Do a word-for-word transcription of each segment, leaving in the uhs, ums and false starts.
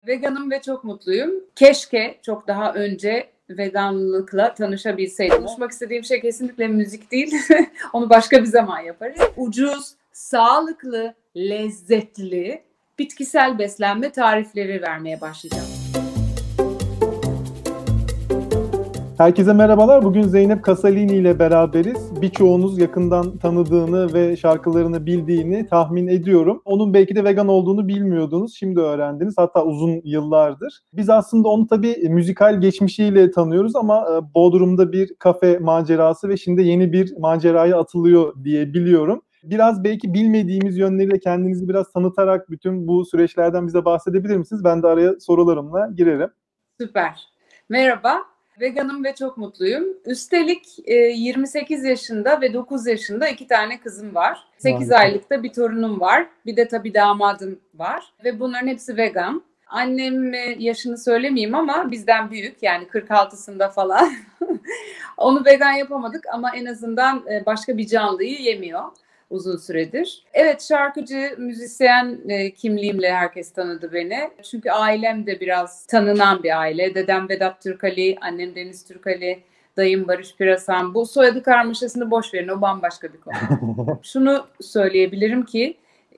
Veganım ve çok mutluyum. Keşke çok daha önce veganlıkla tanışabilseydim. Konuşmak istediğim şey kesinlikle müzik değil. Onu başka bir zaman yaparız. Ucuz, sağlıklı, lezzetli, bitkisel beslenme tarifleri vermeye başlayacağım. Herkese merhabalar. Bugün Zeynep Kasalini ile beraberiz. Birçoğunuz yakından tanıdığını ve şarkılarını bildiğini tahmin ediyorum. Onun belki de vegan olduğunu bilmiyordunuz. Şimdi öğrendiniz. Hatta uzun yıllardır. Biz aslında onu tabii müzikal geçmişiyle tanıyoruz ama Bodrum'da bir kafe macerası ve şimdi yeni bir maceraya atılıyor diye biliyorum. Biraz belki bilmediğimiz yönleriyle kendinizi biraz tanıtarak bütün bu süreçlerden bize bahsedebilir misiniz? Ben de araya sorularımla girerim. Süper. Merhaba. Veganım ve çok mutluyum. Üstelik yirmi sekiz yaşında ve dokuz yaşında iki tane kızım var. sekiz Harika. Aylıkta bir torunum var. Bir de tabii damadım var. Ve bunların hepsi vegan. Annem yaşını söylemeyeyim ama bizden büyük, yani kırk altısında falan. Onu vegan yapamadık ama en azından başka bir canlıyı yemiyor uzun süredir. Evet, şarkıcı, müzisyen e, kimliğimle herkes tanıdı beni. Çünkü ailem de biraz tanınan bir aile. Dedem Vedat Türkali, annem Deniz Türkali, dayım Barış Pirasan. Bu soyadı karmaşasını boş verin, o bambaşka bir konu. Şunu söyleyebilirim ki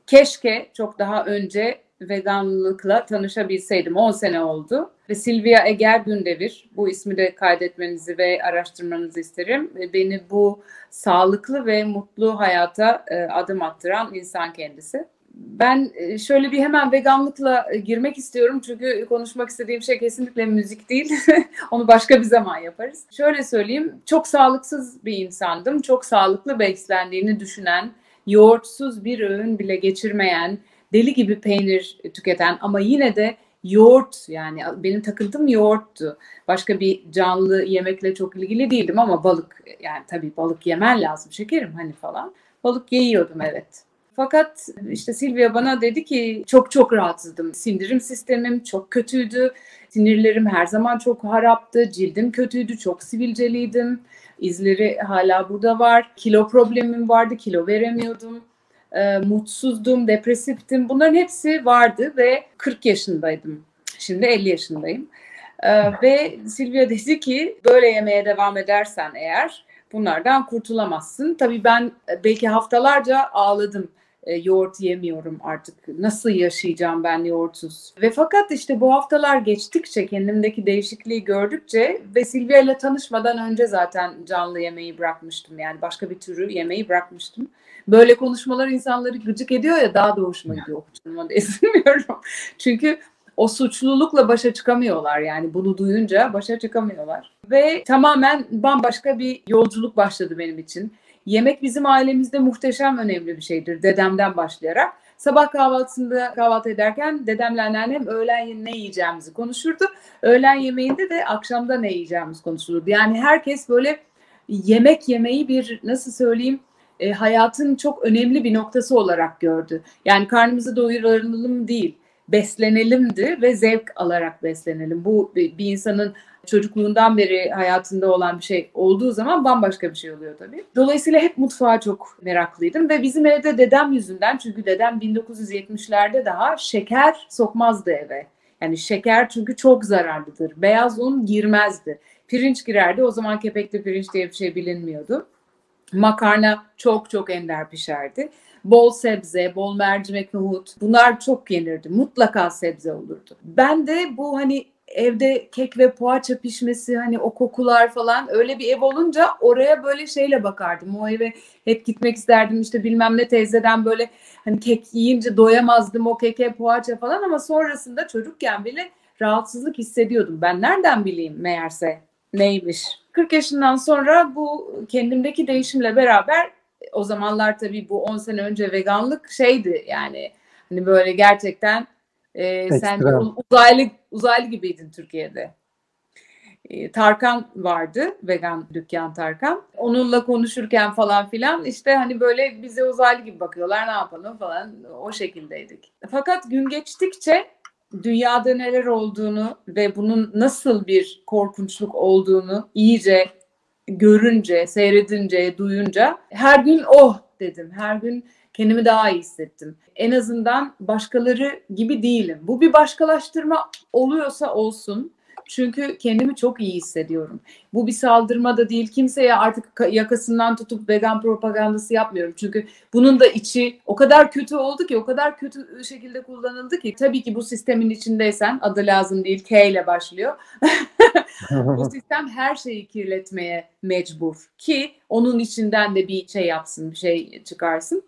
keşke çok daha önce veganlıkla tanışabilseydim. on sene oldu. Ve Silvia Eger Gündevir, bu ismi de kaydetmenizi ve araştırmanızı isterim. Beni bu sağlıklı ve mutlu hayata adım attıran insan kendisi. Ben şöyle bir hemen veganlıkla girmek istiyorum çünkü konuşmak istediğim şey kesinlikle müzik değil. Onu başka bir zaman yaparız. Şöyle söyleyeyim, çok sağlıksız bir insandım. Çok sağlıklı beslendiğini düşünen, yoğurtsuz bir öğün bile geçirmeyen, deli gibi peynir tüketen ama yine de yoğurt, yani benim takıntım yoğurttu. Başka bir canlı yemekle çok ilgili değildim ama balık, yani tabii balık yemen lazım şekerim hani falan. Balık yiyordum, evet. Fakat işte Silvia bana dedi ki çok çok rahatsızdım. Sindirim sistemim çok kötüydü. Sinirlerim her zaman çok haraptı. Cildim kötüydü. Çok sivilceliydim. İzleri hala burada var. Kilo problemim vardı. Kilo veremiyordum. E, mutsuzdum, depresiftim. Bunların hepsi vardı ve kırk yaşındaydım. Şimdi elli yaşındayım. E, ve Silvia dedi ki böyle yemeye devam edersen eğer bunlardan kurtulamazsın. Tabii ben belki haftalarca ağladım. E, yoğurt yemiyorum artık. Nasıl yaşayacağım ben yoğurtsuz? Ve fakat işte bu haftalar geçtikçe, kendimdeki değişikliği gördükçe ve Silvia ile tanışmadan önce zaten canlı yemeği bırakmıştım. Yani başka bir türü yemeği bırakmıştım. Böyle konuşmalar insanları gıcık ediyor ya, daha da hoşuma gidiyor. Hoşuma da ezilmiyorum. Çünkü o suçlulukla başa çıkamıyorlar, yani bunu duyunca başa çıkamıyorlar. Ve tamamen bambaşka bir yolculuk başladı benim için. Yemek bizim ailemizde muhteşem önemli bir şeydir, dedemden başlayarak. Sabah kahvaltısında kahvaltı ederken dedemle anneannem öğlen ne yiyeceğimizi konuşurdu. Öğlen yemeğinde de akşamda ne yiyeceğimiz konuşulurdu. Yani herkes böyle yemek yemeyi bir, nasıl söyleyeyim, e, hayatın çok önemli bir noktası olarak gördü. Yani karnımızı doyuralım değil, beslenelimdi ve zevk alarak beslenelim. Bu bir insanın çocukluğundan beri hayatında olan bir şey olduğu zaman bambaşka bir şey oluyor tabii. Dolayısıyla hep mutfağa çok meraklıydım ve bizim evde dedem yüzünden, çünkü dedem bin dokuz yüz yetmişlerde daha şeker sokmazdı eve. Yani şeker çünkü çok zararlıdır. Beyaz un girmezdi. Pirinç girerdi. O zaman kepekli pirinç diye bir şey bilinmiyordu. Makarna çok çok ender pişerdi. Bol sebze, bol mercimek, nohut, bunlar çok yenirdi. Mutlaka sebze olurdu. Ben de bu hani evde kek ve poğaça pişmesi, hani o kokular falan, öyle bir ev olunca oraya böyle şeyle bakardım. O eve hep gitmek isterdim, işte bilmem ne teyzeden böyle hani kek yiyince doyamazdım, o keke poğaça falan, ama sonrasında çocukken bile rahatsızlık hissediyordum. Ben nereden bileyim meğerse neymiş. kırk yaşından sonra bu kendimdeki değişimle beraber, o zamanlar tabii bu on sene önce veganlık şeydi, yani hani böyle gerçekten e, sen uzaylı uzaylı gibiydin Türkiye'de. E, Tarkan vardı, vegan dükkan Tarkan. Onunla konuşurken falan filan işte hani böyle bize uzaylı gibi bakıyorlar, ne yapalım falan, o şekildeydik. Fakat gün geçtikçe dünyada neler olduğunu ve bunun nasıl bir korkunçluk olduğunu iyice görünce, seyredince, duyunca her gün oh dedim. Her gün Kendimi daha iyi hissettim. En azından başkaları gibi değilim. Bu bir başkalaştırma oluyorsa olsun. Çünkü kendimi çok iyi hissediyorum. Bu bir saldırma da değil. Kimseye artık yakasından tutup vegan propagandası yapmıyorum. Çünkü bunun da içi o kadar kötü oldu ki, o kadar kötü şekilde kullanıldı ki. Tabii ki bu sistemin içindeysen, adı lazım değil, K ile başlıyor. Bu sistem her şeyi kirletmeye mecbur ki onun içinden de bir şey yapsın, bir şey çıkarsın.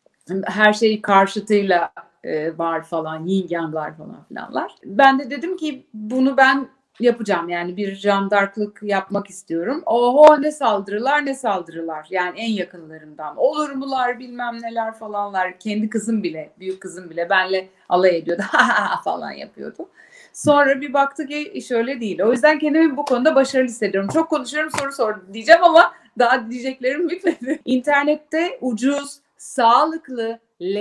Her şey karşıtıyla e, var falan, yin yanglar falan filanlar. Ben de dedim ki bunu ben yapacağım, yani bir jandarklık yapmak istiyorum. Oho, ne saldırılar ne saldırılar, yani en yakınlarımdan. Olur mular bilmem neler falanlar. Kendi kızım bile, büyük kızım bile benle alay ediyordu falan yapıyordu. Sonra bir baktı ki iş öyle değil. O yüzden kendimi bu konuda başarılı hissediyorum. Çok konuşuyorum, soru sor diyeceğim ama daha diyeceklerim bitmedi. İnternette ucuz, sağlıklı,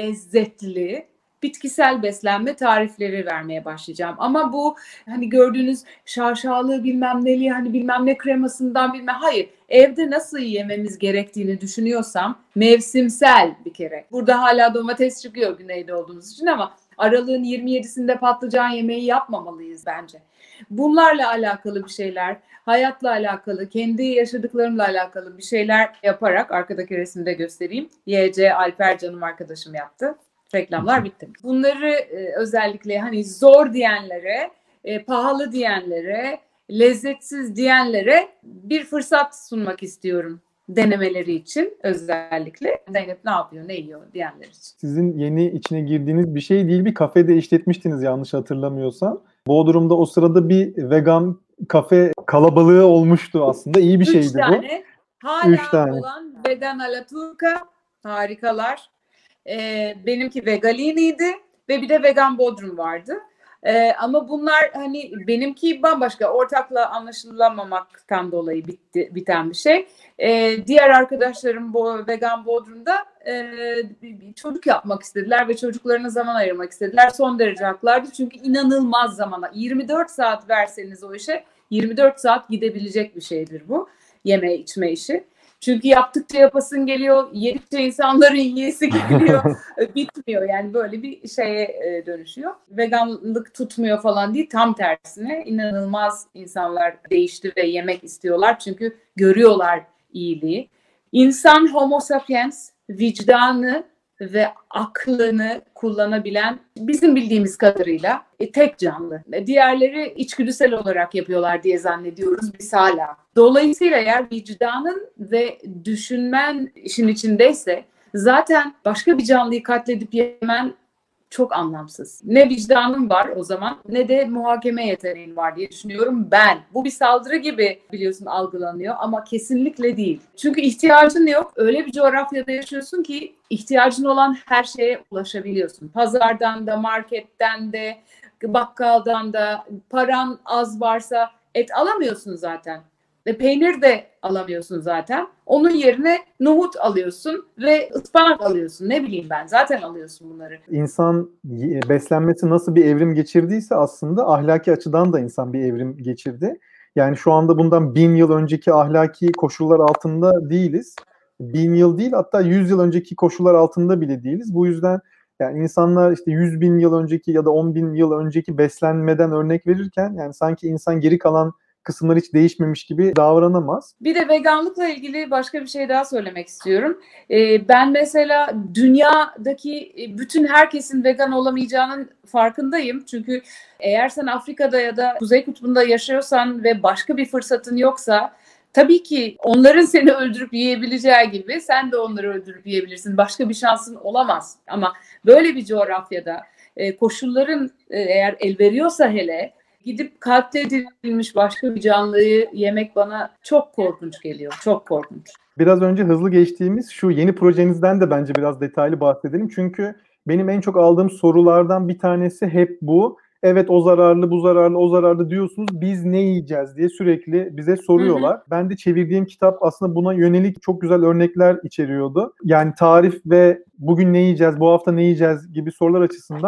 lezzetli bitkisel beslenme tarifleri vermeye başlayacağım. Ama bu hani gördüğünüz şaşalı bilmem neli, hani bilmem ne kremasından bilmem, hayır. Evde nasıl yememiz gerektiğini düşünüyorsam mevsimsel bir kere. Burada hala domates çıkıyor güneyde olduğumuz için ama aralığın yirmi yedisinde patlıcan yemeği yapmamalıyız bence. Bunlarla alakalı bir şeyler, hayatla alakalı, kendi yaşadıklarımla alakalı bir şeyler yaparak, arkadaki resimde göstereyim. Y C Alper canım arkadaşım yaptı. Reklamlar bitti. Bunları e, özellikle hani zor diyenlere, e, pahalı diyenlere, lezzetsiz diyenlere bir fırsat sunmak istiyorum. Denemeleri için özellikle. Zeynep ne yapıyor, ne yiyor diyenler için. Sizin yeni içine girdiğiniz bir şey değil, bir kafede işletmiştiniz yanlış hatırlamıyorsam. Bodrum'da o sırada bir vegan kafe kalabalığı olmuştu aslında. İyi bir şeydi Üç tane, bu. hala Üç tane olan vegan alaturka, harikalar. Ee, benimki Vegalini'ydi ve bir de vegan Bodrum vardı. Ee, ama bunlar hani benimki bambaşka, ortakla anlaşılamamaktan dolayı bitti, biten bir şey. Ee, diğer arkadaşlarım bu vegan Bodrum'da e, bir çocuk yapmak istediler ve çocuklarına zaman ayırmak istediler. Son derece haklardı çünkü inanılmaz zamana. yirmi dört saat verseniz o işe yirmi dört saat gidebilecek bir şeydir bu yeme içme işi. Çünkü yaptıkça yapasın geliyor, yedikçe insanların yiyesi geliyor, bitmiyor. Yani böyle bir şeye dönüşüyor. Veganlık tutmuyor falan değil, tam tersine inanılmaz insanlar değişti ve yemek istiyorlar. Çünkü görüyorlar iyiliği. İnsan homo sapiens vicdanı ve aklını kullanabilen, bizim bildiğimiz kadarıyla e, tek canlı. Diğerleri içgüdüsel olarak yapıyorlar diye zannediyoruz biz hala. Dolayısıyla eğer vicdanın ve düşünmen işin içindeyse zaten başka bir canlıyı katledip yemen çok anlamsız. Ne vicdanın var o zaman ne de muhakeme yeteneğin var diye düşünüyorum ben. Bu bir saldırı gibi biliyorsun algılanıyor ama kesinlikle değil. Çünkü ihtiyacın yok. Öyle bir coğrafyada yaşıyorsun ki ihtiyacın olan her şeye ulaşabiliyorsun. Pazardan da, marketten de, bakkaldan da, paran az varsa et alamıyorsun zaten. Ve peynir de alamıyorsun zaten. Onun yerine nohut alıyorsun ve ıspanak alıyorsun. Ne bileyim ben, zaten alıyorsun bunları. İnsan beslenmesi nasıl bir evrim geçirdiyse aslında ahlaki açıdan da insan bir evrim geçirdi. Yani şu anda bundan bin yıl önceki ahlaki koşullar altında değiliz. Bin yıl değil, hatta yüz yıl önceki koşullar altında bile değiliz. Bu yüzden yani insanlar işte yüz bin yıl önceki ya da on bin yıl önceki beslenmeden örnek verirken yani sanki insan geri kalan kısımlar hiç değişmemiş gibi davranamaz. Bir de veganlıkla ilgili başka bir şey daha söylemek istiyorum. Ee, ben mesela dünyadaki bütün herkesin vegan olamayacağının farkındayım. Çünkü eğer sen Afrika'da ya da Kuzey Kutbu'nda yaşıyorsan ve başka bir fırsatın yoksa tabii ki onların seni öldürüp yiyebileceği gibi sen de onları öldürüp yiyebilirsin. Başka bir şansın olamaz. Ama böyle bir coğrafyada e, koşulların e, eğer el veriyorsa hele gidip katledilmiş başka bir canlıyı yemek bana çok korkunç geliyor. Çok korkunç. Biraz önce hızlı geçtiğimiz şu yeni projenizden de bence biraz detaylı bahsedelim. Çünkü benim en çok aldığım sorulardan bir tanesi hep bu. Evet o zararlı, bu zararlı, o zararlı diyorsunuz. Biz ne yiyeceğiz diye sürekli bize soruyorlar. Hı hı. Ben de çevirdiğim kitap aslında buna yönelik çok güzel örnekler içeriyordu. Yani tarif ve bugün ne yiyeceğiz, bu hafta ne yiyeceğiz gibi sorular açısından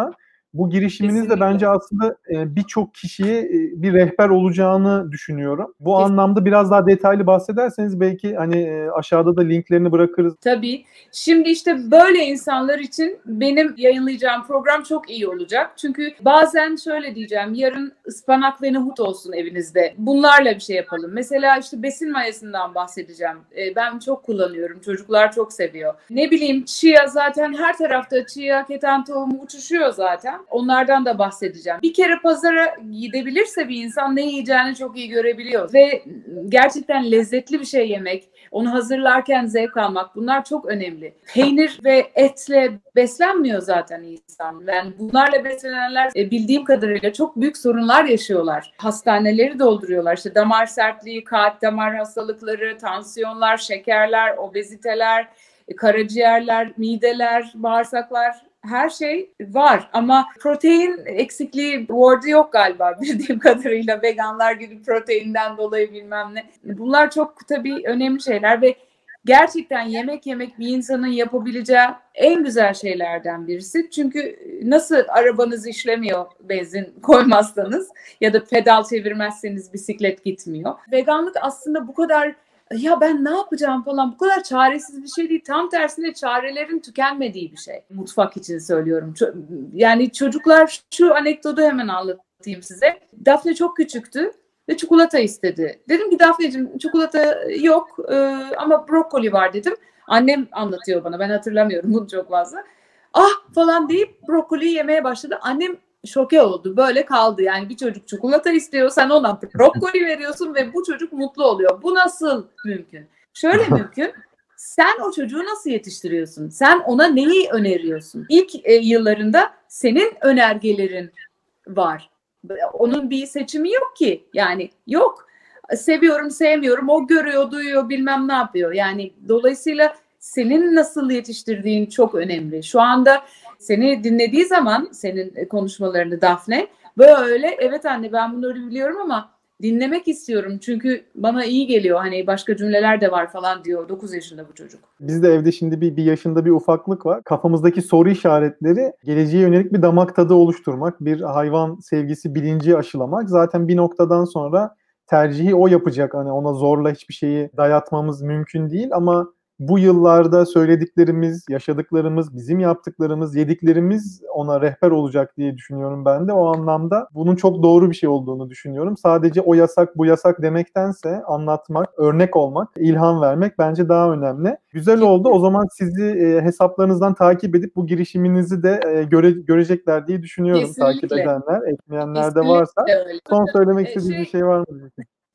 Bu girişiminiz de Kesinlikle. bence aslında e, birçok kişiye e, bir rehber olacağını düşünüyorum. Bu Kesinlikle. anlamda biraz daha detaylı bahsederseniz belki hani e, aşağıda da linklerini bırakırız. Tabii. Şimdi işte böyle insanlar için benim yayınlayacağım program çok iyi olacak. Çünkü bazen şöyle diyeceğim, yarın ıspanak ve nohut olsun evinizde. Bunlarla bir şey yapalım. Mesela işte besin mayasından bahsedeceğim. E, ben çok kullanıyorum. Çocuklar çok seviyor. Ne bileyim, chia, zaten her tarafta chia, keten tohumu uçuşuyor zaten. Onlardan da bahsedeceğim. Bir kere pazara gidebilirse bir insan ne yiyeceğini çok iyi görebiliyor. Ve gerçekten lezzetli bir şey yemek, onu hazırlarken zevk almak, bunlar çok önemli. Peynir ve etle beslenmiyor zaten insan. Yani bunlarla beslenenler bildiğim kadarıyla çok büyük sorunlar yaşıyorlar. Hastaneleri dolduruyorlar. İşte damar sertliği, kalp damar hastalıkları, tansiyonlar, şekerler, obeziteler, karaciğerler, mideler, bağırsaklar, her şey var ama protein eksikliği orada yok galiba bildiğim kadarıyla, veganlar gibi proteinden dolayı bilmem ne. Bunlar çok tabii önemli şeyler ve gerçekten yemek yemek bir insanın yapabileceği en güzel şeylerden birisi. Çünkü nasıl arabanız işlemiyor benzin koymazsanız ya da pedal çevirmezseniz bisiklet gitmiyor. Veganlık aslında bu kadar ya ben ne yapacağım falan, bu kadar çaresiz bir şey değil. Tam tersine çarelerin tükenmediği bir şey. Mutfak için söylüyorum. Yani çocuklar, şu anekdotu hemen anlatayım size. Daphne çok küçüktü ve çikolata istedi. Dedim ki Daphne'cim çikolata yok e, ama brokoli var dedim. Annem anlatıyor bana, ben hatırlamıyorum bunu çok fazla. Ah falan deyip brokoli yemeye başladı. Annem şoke oldu. Böyle kaldı. Yani bir çocuk çikolata istiyor, sen ona brokoli veriyorsun ve bu çocuk mutlu oluyor. Bu nasıl mümkün? Şöyle mümkün. Sen o çocuğu nasıl yetiştiriyorsun? Sen ona neyi öneriyorsun? İlk e, yıllarında senin önergelerin var. Onun bir seçimi yok ki. Yani yok. Seviyorum, sevmiyorum. O görüyor, duyuyor, bilmem ne yapıyor. Yani dolayısıyla senin nasıl yetiştirdiğin çok önemli. Şu anda seni dinlediği zaman, senin konuşmalarını Daphne, böyle evet anne ben bunları biliyorum ama dinlemek istiyorum çünkü bana iyi geliyor, hani başka cümleler de var falan diyor. dokuz yaşında bu çocuk. Bizde evde şimdi bir, bir yaşında bir ufaklık var. Kafamızdaki soru işaretleri geleceğe yönelik bir damak tadı oluşturmak, bir hayvan sevgisi bilinci aşılamak. Zaten bir noktadan sonra tercihi o yapacak. Hani ona zorla hiçbir şeyi dayatmamız mümkün değil ama bu yıllarda söylediklerimiz, yaşadıklarımız, bizim yaptıklarımız, yediklerimiz ona rehber olacak diye düşünüyorum ben de. O anlamda bunun çok doğru bir şey olduğunu düşünüyorum. Sadece o yasak, bu yasak demektense anlatmak, örnek olmak, ilham vermek bence daha önemli. Güzel oldu. O zaman sizi e, hesaplarınızdan takip edip bu girişiminizi de e, göre, görecekler diye düşünüyorum. Kesinlikle. Takip edenler, etmeyenler de Kesinlikle varsa. öyle. Son söylemek Ee, istediğiniz şey, bir şey var mı?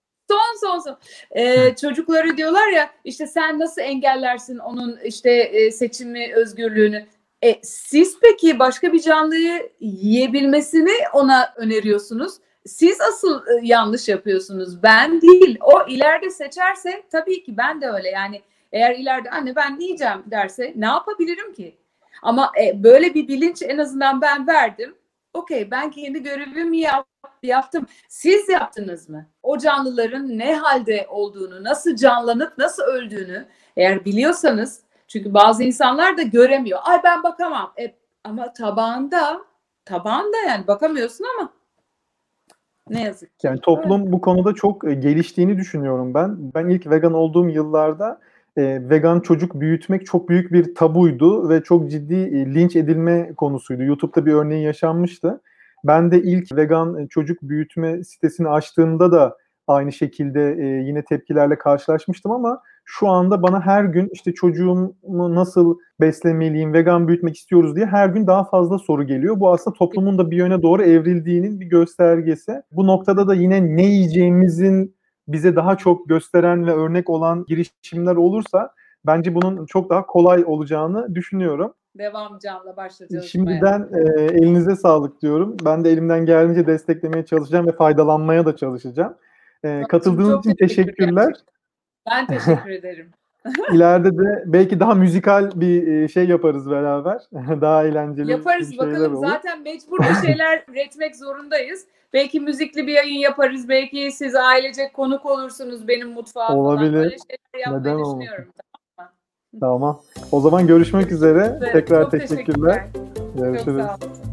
Son son son. Ee, çocukları diyorlar ya işte sen nasıl engellersin onun işte e, seçimi, özgürlüğünü. E, siz peki başka bir canlıyı yiyebilmesini ona öneriyorsunuz. Siz asıl e, yanlış yapıyorsunuz. Ben değil. O ileride seçerse tabii ki ben de öyle. Yani eğer ileride anne ben yiyeceğim derse ne yapabilirim ki? Ama e, böyle bir bilinç en azından ben verdim. Okey, ben kendi görevimi yap, yaptım. Siz yaptınız mı? O canlıların ne halde olduğunu, nasıl canlanıp nasıl öldüğünü eğer biliyorsanız, çünkü bazı insanlar da göremiyor. Ay ben bakamam. E, ama tabağında, tabağında yani bakamıyorsun ama ne yazık ki. Yani toplum evet. Bu konuda çok e, geliştiğini düşünüyorum ben. Ben ilk vegan olduğum yıllarda e, vegan çocuk büyütmek çok büyük bir tabuydu ve çok ciddi e, linç edilme konusuydu. YouTube'da bir örneği yaşanmıştı. Ben de ilk vegan çocuk büyütme sitesini açtığımda da aynı şekilde e, yine tepkilerle karşılaşmıştım ama şu anda bana her gün işte çocuğumu nasıl beslemeliyim, vegan büyütmek istiyoruz diye her gün daha fazla soru geliyor. Bu aslında toplumun da bir yöne doğru evrildiğinin bir göstergesi. Bu noktada da yine ne yiyeceğimizin bize daha çok gösteren ve örnek olan girişimler olursa bence bunun çok daha kolay olacağını düşünüyorum. Devam canla başlayacağız. Şimdiden e, elinize sağlık diyorum. Ben de elimden geldiğince desteklemeye çalışacağım ve faydalanmaya da çalışacağım. E, katıldığınız için teşekkürler. Gerçekten. Ben teşekkür ederim. İleride de belki daha müzikal bir şey yaparız beraber. Daha eğlenceli yaparız, bir şeyler bakalım. olur. Zaten mecbur bir şeyler üretmek zorundayız. Belki müzikli bir yayın yaparız. Belki siz ailecek konuk olursunuz benim mutfağa Olabilir. falan. Böyle şeyler yapmayı Neden düşünüyorum. Olmasın? Tamam. O zaman görüşmek üzere. Evet, Tekrar çok teşekkürler. teşekkürler. Görüşürüz. Çok sağ olun.